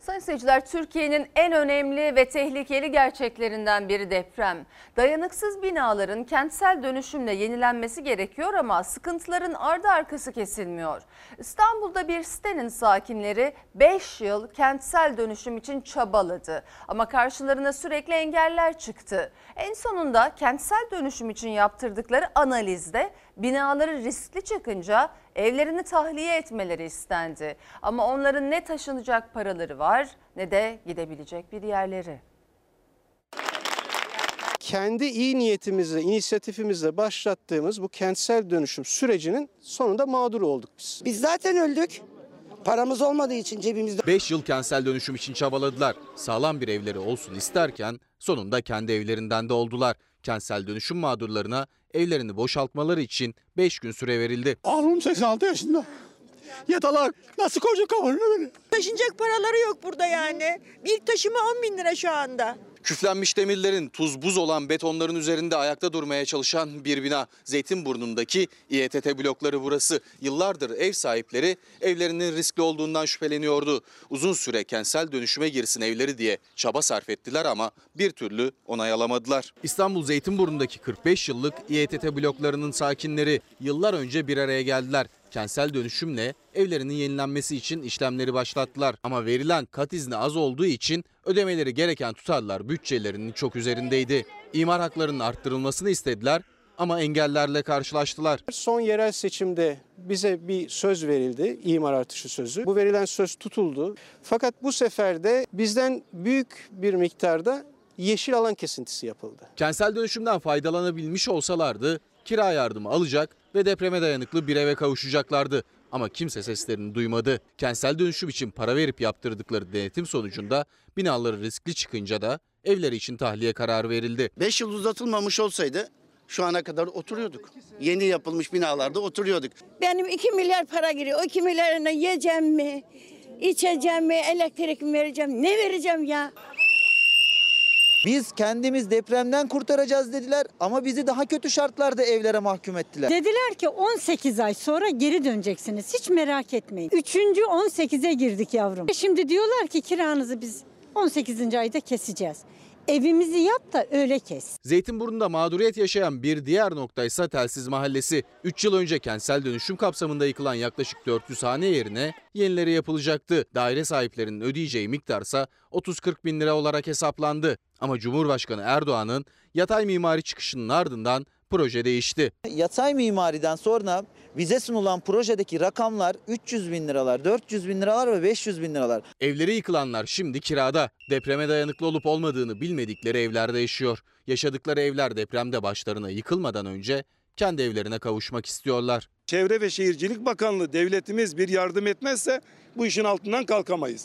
Sayın seyirciler, Türkiye'nin en önemli ve tehlikeli gerçeklerinden biri deprem. Dayanıksız binaların kentsel dönüşümle yenilenmesi gerekiyor ama sıkıntıların ardı arkası kesilmiyor. İstanbul'da bir sitenin sakinleri 5 yıl kentsel dönüşüm için çabaladı ama karşılarına sürekli engeller çıktı. En sonunda kentsel dönüşüm için yaptırdıkları analizde binaları riskli çıkınca evlerini tahliye etmeleri istendi. Ama onların ne taşınacak paraları var ne de gidebilecek bir yerleri. Kendi iyi niyetimizle, inisiyatifimizle başlattığımız bu kentsel dönüşüm sürecinin sonunda mağdur olduk biz. Biz zaten öldük. Paramız olmadığı için cebimizde. 5 yıl kentsel dönüşüm için çabaladılar. Sağlam bir evleri olsun isterken sonunda kendi evlerinden de oldular. Kentsel dönüşüm mağdurlarına evlerini boşaltmaları için 5 gün süre verildi. Oğlum 86 yaşında. Yatalak. Nasıl koyacak kafanı beni? Taşınacak paraları yok burada yani. Bir taşıma 10.000 lira şu anda. Küflenmiş demirlerin, tuz buz olan betonların üzerinde ayakta durmaya çalışan bir bina. Zeytinburnu'ndaki İETT blokları burası. Yıllardır ev sahipleri evlerinin riskli olduğundan şüpheleniyordu. Uzun süre kentsel dönüşüme girsin evleri diye çaba sarf ettiler ama bir türlü onay alamadılar. İstanbul Zeytinburnu'ndaki 45 yıllık İETT bloklarının sakinleri yıllar önce bir araya geldiler. Kentsel dönüşümle evlerinin yenilenmesi için işlemleri başlattılar. Ama verilen kat izni az olduğu için ödemeleri gereken tutarlar bütçelerinin çok üzerindeydi. İmar haklarının arttırılmasını istediler ama engellerle karşılaştılar. Son yerel seçimde bize bir söz verildi, imar artışı sözü. Bu verilen söz tutuldu. Fakat bu sefer de bizden büyük bir miktarda yeşil alan kesintisi yapıldı. Kentsel dönüşümden faydalanabilmiş olsalardı kira yardımı alacak ve depreme dayanıklı bir eve kavuşacaklardı. Ama kimse seslerini duymadı. Kentsel dönüşüm için para verip yaptırdıkları denetim sonucunda binaları riskli çıkınca da evleri için tahliye kararı verildi. 5 yıl uzatılmamış olsaydı şu ana kadar oturuyorduk. Yeni yapılmış binalarda oturuyorduk. Benim 2 milyar para giriyor. O 2 milyarını yiyeceğim mi? İçeceğim mi? Elektrik mi vereceğim? Ne vereceğim ya? Biz kendimiz depremden kurtaracağız dediler ama bizi daha kötü şartlarda evlere mahkum ettiler. Dediler ki 18 ay sonra geri döneceksiniz. Hiç merak etmeyin. 3. 18'e girdik yavrum. Şimdi diyorlar ki kiranızı biz 18. ayda keseceğiz. Evimizi yap da öyle kes. Zeytinburnu'nda mağduriyet yaşayan bir diğer noktaysa Telsiz Mahallesi. 3 yıl önce kentsel dönüşüm kapsamında yıkılan yaklaşık 400 hane yerine yenileri yapılacaktı. Daire sahiplerinin ödeyeceği miktarsa 30-40 bin lira olarak hesaplandı. Ama Cumhurbaşkanı Erdoğan'ın yatay mimari çıkışının ardından proje değişti. Yatay mimariden sonra bize sunulan projedeki rakamlar 300 bin liralar, 400 bin liralar ve 500 bin liralar. Evleri yıkılanlar şimdi kirada. Depreme dayanıklı olup olmadığını bilmedikleri evlerde yaşıyor. Yaşadıkları evler depremde başlarına yıkılmadan önce kendi evlerine kavuşmak istiyorlar. Çevre ve Şehircilik Bakanlığı, devletimiz bir yardım etmezse bu işin altından kalkamayız.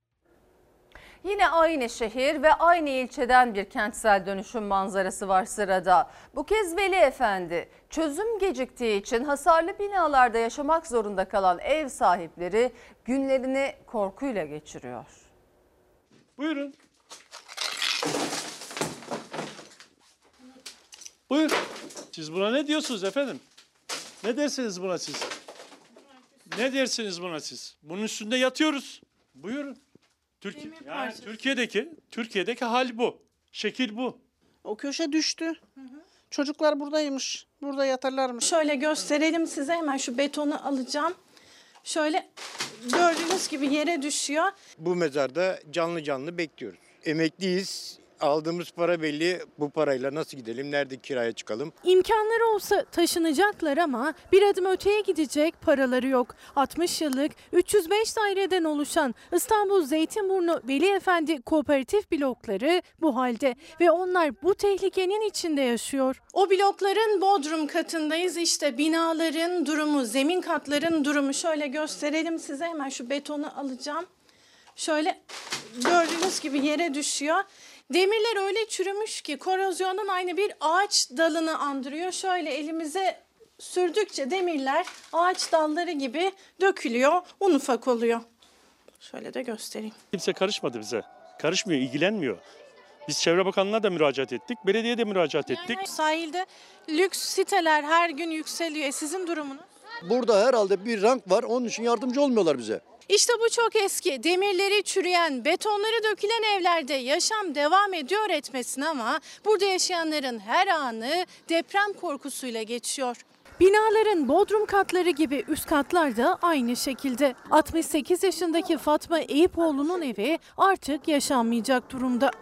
Yine aynı şehir ve aynı ilçeden bir kentsel dönüşüm manzarası var sırada. Bu kez Veli Efendi. Çözüm geciktiği için hasarlı binalarda yaşamak zorunda kalan ev sahipleri günlerini korkuyla geçiriyor. Buyurun. Buyur. Siz buna ne diyorsunuz efendim? Ne dersiniz buna siz? Ne dersiniz buna siz? Bunun üstünde yatıyoruz. Buyurun. Yani Türkiye'deki hal bu. Şekil bu. O köşe düştü. Çocuklar buradaymış. Burada yatarlarmış. Şöyle gösterelim size, hemen şu betonu alacağım. Şöyle gördüğünüz gibi yere düşüyor. Bu mezarda canlı canlı bekliyoruz. Emekliyiz. Aldığımız para belli. Bu parayla nasıl gidelim? Nerede kiraya çıkalım? İmkanları olsa taşınacaklar ama bir adım öteye gidecek paraları yok. 60 yıllık 305 daireden oluşan İstanbul Zeytinburnu Veli Efendi kooperatif blokları bu halde ve onlar bu tehlikenin içinde yaşıyor. O blokların bodrum katındayız. İşte binaların durumu, zemin katların durumu. Şöyle gösterelim size, hemen şu betonu alacağım. Şöyle gördüğünüz gibi yere düşüyor. Demirler öyle çürümüş ki korozyondan aynı bir ağaç dalını andırıyor. Şöyle elimize sürdükçe demirler ağaç dalları gibi dökülüyor, un ufak oluyor. Şöyle de göstereyim. Kimse karışmadı bize. Karışmıyor, ilgilenmiyor. Biz Çevre Bakanlığı'na da müracaat ettik, belediyeye de müracaat ettik. Sahilde lüks siteler her gün yükseliyor. Sizin durumunuz? Burada herhalde bir rank var. Onun için yardımcı olmuyorlar bize. İşte bu çok eski, demirleri çürüyen, betonları dökülen evlerde yaşam devam ediyor etmesine ama burada yaşayanların her anı deprem korkusuyla geçiyor. Binaların bodrum katları gibi üst katlar da aynı şekilde. 68 yaşındaki Fatma Eyüpoğlu'nun evi artık yaşanmayacak durumda.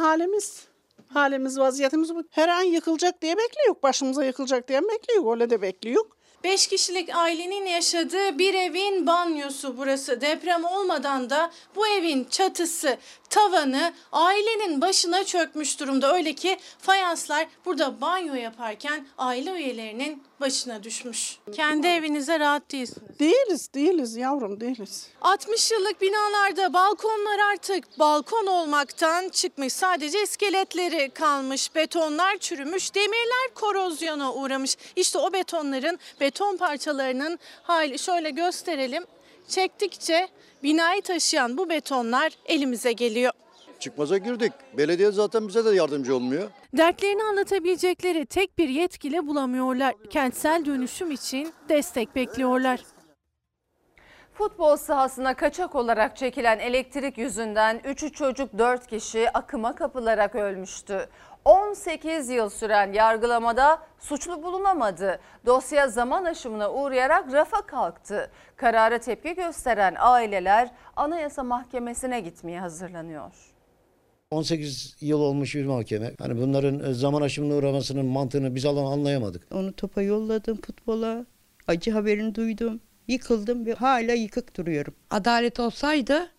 Halimiz, vaziyetimiz bu. Her an yıkılacak diye bekliyor. Başımıza yıkılacak diye bekliyor. Öyle de bekliyor. 5 kişilik ailenin yaşadığı bir evin banyosu burası. Deprem olmadan da bu evin çatısı, tavanı ailenin başına çökmüş durumda. Öyle ki fayanslar burada banyo yaparken aile üyelerinin başına düşmüş. Kendi evinize rahat değilsiniz. Değiliz yavrum, değiliz. 60 yıllık binalarda balkonlar artık balkon olmaktan çıkmış. Sadece iskeletleri kalmış. Betonlar çürümüş, demirler korozyona uğramış. İşte o beton parçalarının hali, şöyle gösterelim. Çektikçe binayı taşıyan bu betonlar elimize geliyor. Çıkmaza girdik. Belediye zaten bize de yardımcı olmuyor. Dertlerini anlatabilecekleri tek bir yetkili bulamıyorlar. Kentsel dönüşüm için destek bekliyorlar. Futbol sahasına kaçak olarak çekilen elektrik yüzünden 3'ü çocuk 4 kişi akıma kapılarak ölmüştü. 18 yıl süren yargılamada suçlu bulunamadı. Dosya zaman aşımına uğrayarak rafa kalktı. Karara tepki gösteren aileler Anayasa Mahkemesi'ne gitmeye hazırlanıyor. 18 yıl olmuş bir mahkeme. Hani bunların zaman aşımına uğramasının mantığını biz anlayamadık. Onu topa yolladım futbola. Acı haberini duydum. Yıkıldım ve hala yıkık duruyorum. Adalet olsaydı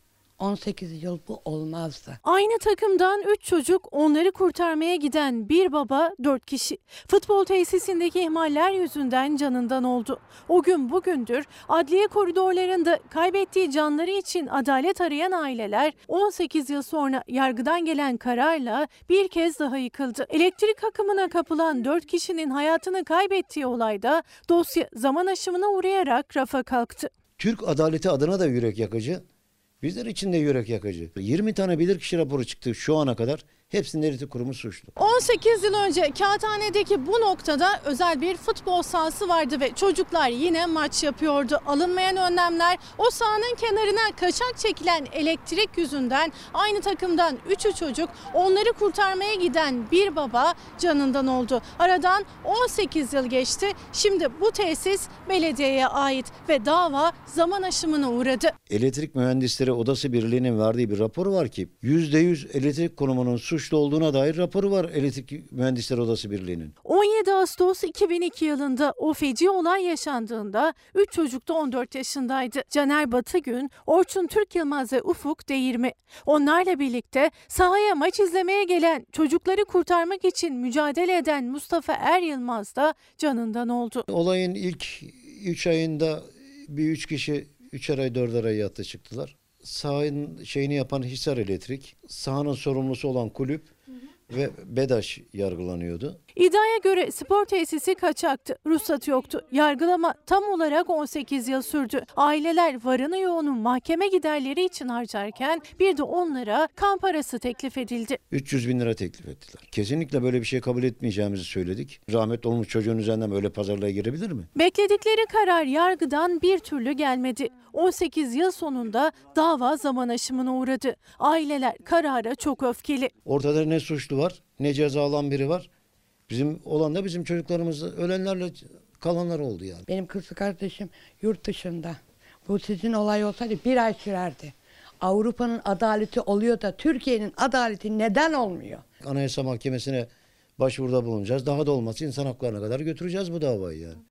18 yıl bu olmazdı. Aynı takımdan 3 çocuk, onları kurtarmaya giden bir baba 4 kişi. Futbol tesisindeki ihmaller yüzünden canından oldu. O gün bugündür adliye koridorlarında kaybettiği canları için adalet arayan aileler 18 yıl sonra yargıdan gelen kararla bir kez daha yıkıldı. Elektrik akımına kapılan 4 kişinin hayatını kaybettiği olayda dosya zaman aşımına uğrayarak rafa kalktı. Türk adaleti adına da yürek yakıcı. Bizler için de yürek yakıcı. 20 tane bilirkişi raporu çıktı şu ana kadar. Hepsinin elektrik kurumu suçlu. 18 yıl önce Kağıthane'deki bu noktada özel bir futbol sahası vardı ve çocuklar yine maç yapıyordu. Alınmayan önlemler, o sahanın kenarına kaçak çekilen elektrik yüzünden aynı takımdan 3'ü çocuk, onları kurtarmaya giden bir baba canından oldu. Aradan 18 yıl geçti. Şimdi bu tesis belediyeye ait ve dava zaman aşımına uğradı. Elektrik Mühendisleri Odası Birliği'nin verdiği bir raporu var ki %100 elektrik kurumunun suçlu olduğuna dair raporu var Elektrik Mühendisleri Odası Birliği'nin. 17 Ağustos 2002 yılında o feci olay yaşandığında 3 çocuk da 14 yaşındaydı. Caner Batıgün, Orçun Türk Yılmaz ve Ufuk Değirmi. Onlarla birlikte sahaya maç izlemeye gelen, çocukları kurtarmak için mücadele eden Mustafa Er Yılmaz da canından oldu. Olayın ilk 3 ayında bir 3 kişi 3'er ay 4'er ay yattı çıktılar. Sahanın şeyini yapan Hisar Elektrik, sahanın sorumlusu olan kulüp ve BEDAŞ yargılanıyordu. İddiaya göre spor tesisi kaçaktı, ruhsat yoktu. Yargılama tam olarak 18 yıl sürdü. Aileler varını yoğunu mahkeme giderleri için harcarken bir de onlara kan parası teklif edildi. 300 bin lira teklif ettiler. Kesinlikle böyle bir şey kabul etmeyeceğimizi söyledik. Rahmetli olmuş çocuğun üzerinden böyle pazarlığa girebilir mi? Bekledikleri karar yargıdan bir türlü gelmedi. 18 yıl sonunda dava zaman aşımına uğradı. Aileler karara çok öfkeli. Ortada ne suçlu var, ne ceza alan biri var. Bizim olan da bizim çocuklarımız, ölenlerle kalanlar oldu yani. Benim kız kardeşim yurt dışında. Bu sizin olay olsaydı 1 ay sürerdi. Avrupa'nın adaleti oluyor da Türkiye'nin adaleti neden olmuyor? Anayasa Mahkemesi'ne başvuruda bulunacağız. Daha da olmaz insan haklarına kadar götüreceğiz bu davayı yani.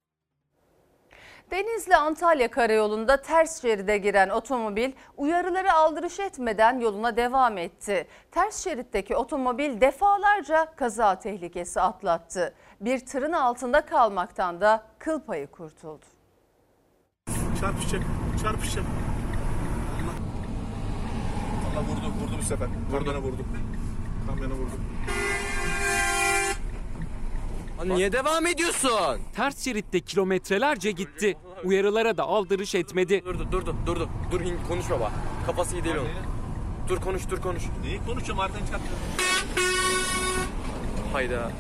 Denizli-Antalya karayolunda ters şeride giren otomobil uyarıları aldırış etmeden yoluna devam etti. Ters şeritteki otomobil defalarca kaza tehlikesi atlattı. Bir tırın altında kalmaktan da kıl payı kurtuldu. Çarpışacak. Allah vurdu bu sefer. Kamyona vurdu. Niye devam ediyorsun? Ters şeritte kilometrelerce gitti. Uyarılara da aldırış etmedi. Durdu. Dur konuşma bak. Kafası iyi değil onun. Dur konuş. Neyi konuşacağım arkadan çarptı. Hayda.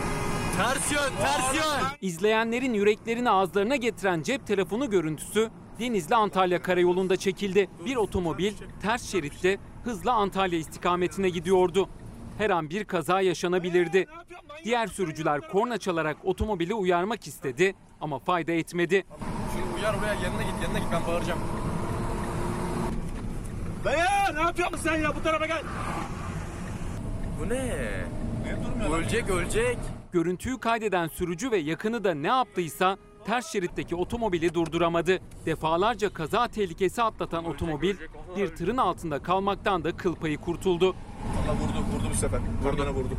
Ters yön. İzleyenlerin yüreklerini ağızlarına getiren cep telefonu görüntüsü Denizli-Antalya karayolunda çekildi. Bir otomobil ters şeritte hızla Antalya istikametine gidiyordu. Her an bir kaza yaşanabilirdi. Diğer sürücüler korna çalarak otomobili uyarmak istedi ama fayda etmedi. Şunu uyar oraya, yanına git ben bağıracağım. Dayı ne yapıyorsun sen ya, bu tarafa gel. Bu ne? Ölecek. Görüntüyü kaydeden sürücü ve yakını da ne yaptıysa ters şeritteki otomobili durduramadı. Defalarca kaza tehlikesi atlatan otomobil bir tırın altında kalmaktan da kıl payı kurtuldu. Allah vurdu bu sefer. Kamyona vurdu.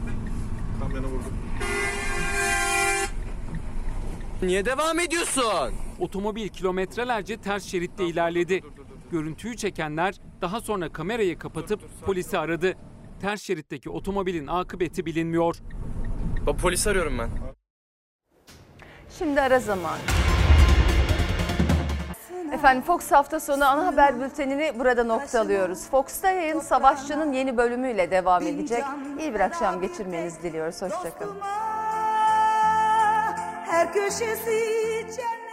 Niye devam ediyorsun? Otomobil kilometrelerce ters şeritte ilerledi. Görüntüyü çekenler daha sonra kamerayı kapatıp polisi aradı. Ters şeritteki otomobilin akıbeti bilinmiyor. Polisi arıyorum ben. Şimdi ara zamanı. Efendim Fox hafta sonu ana haber bültenini burada noktalıyoruz. Fox'ta yayın Savaşçı'nın yeni bölümüyle devam edecek. İyi bir akşam geçirmenizi diliyoruz. Hoşçakalın. Her köşesi cennet.